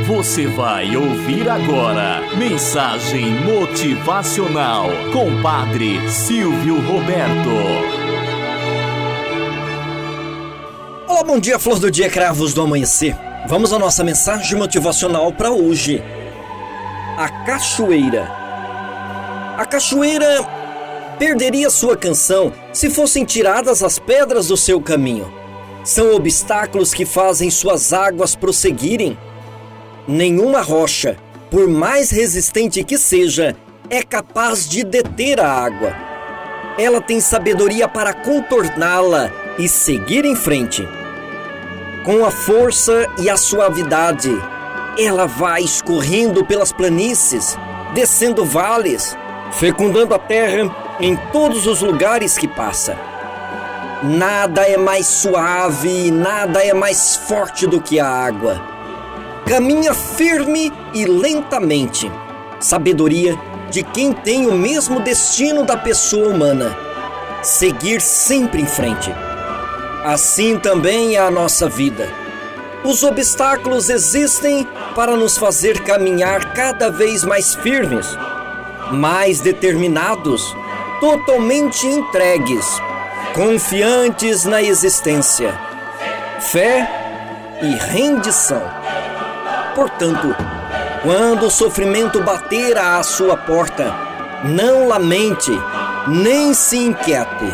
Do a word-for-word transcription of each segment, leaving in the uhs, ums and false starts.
Você vai ouvir agora Mensagem Motivacional com Padre Silvio Roberto. Olá, bom dia, flor do dia, cravos do amanhecer. Vamos à nossa mensagem motivacional para hoje. A cachoeira. A cachoeira perderia sua canção se fossem tiradas as pedras do seu caminho. São obstáculos que fazem suas águas prosseguirem. Nenhuma rocha, por mais resistente que seja, é capaz de deter a água. Ela tem sabedoria para contorná-la e seguir em frente. Com a força e a suavidade, ela vai escorrendo pelas planícies, descendo vales, fecundando a terra em todos os lugares que passa. Nada é mais suave, nada é mais forte do que a água. Caminha firme e lentamente. Sabedoria de quem tem o mesmo destino da pessoa humana. Seguir sempre em frente. Assim também é a nossa vida. Os obstáculos existem para nos fazer caminhar cada vez mais firmes, mais determinados, totalmente entregues, confiantes na existência. Fé e rendição. Portanto, quando o sofrimento bater à sua porta, não lamente, nem se inquiete.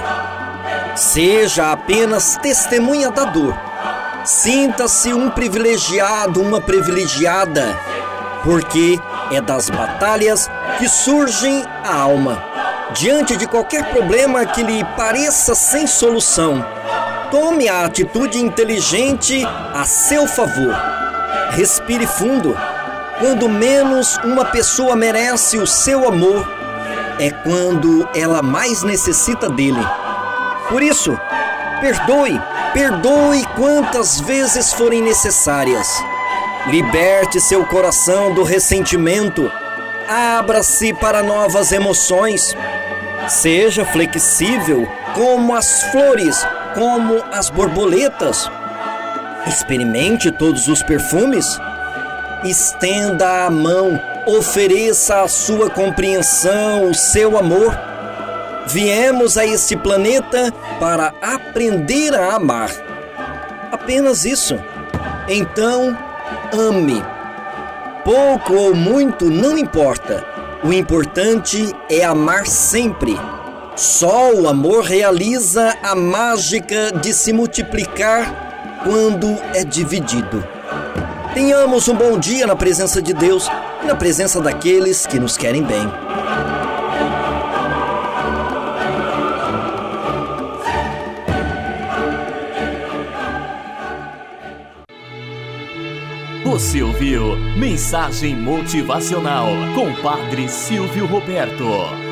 Seja apenas testemunha da dor. Sinta-se um privilegiado, uma privilegiada, porque é das batalhas que surgem a alma. Diante de qualquer problema que lhe pareça sem solução, tome a atitude inteligente a seu favor. Respire fundo. Quando menos uma pessoa merece o seu amor, é quando ela mais necessita dele. Por isso, perdoe, perdoe quantas vezes forem necessárias. Liberte seu coração do ressentimento. Abra-se para novas emoções. Seja flexível como as flores, como as borboletas. Experimente todos os perfumes. Estenda a mão, ofereça a sua compreensão, o seu amor. Viemos a este planeta para aprender a amar. Apenas isso. Então, ame. Pouco ou muito não importa. O importante é amar sempre. Só o amor realiza a mágica de se multiplicar quando é dividido. Tenhamos um bom dia na presença de Deus e na presença daqueles que nos querem bem. Você ouviu Mensagem Motivacional com Padre Silvio Roberto.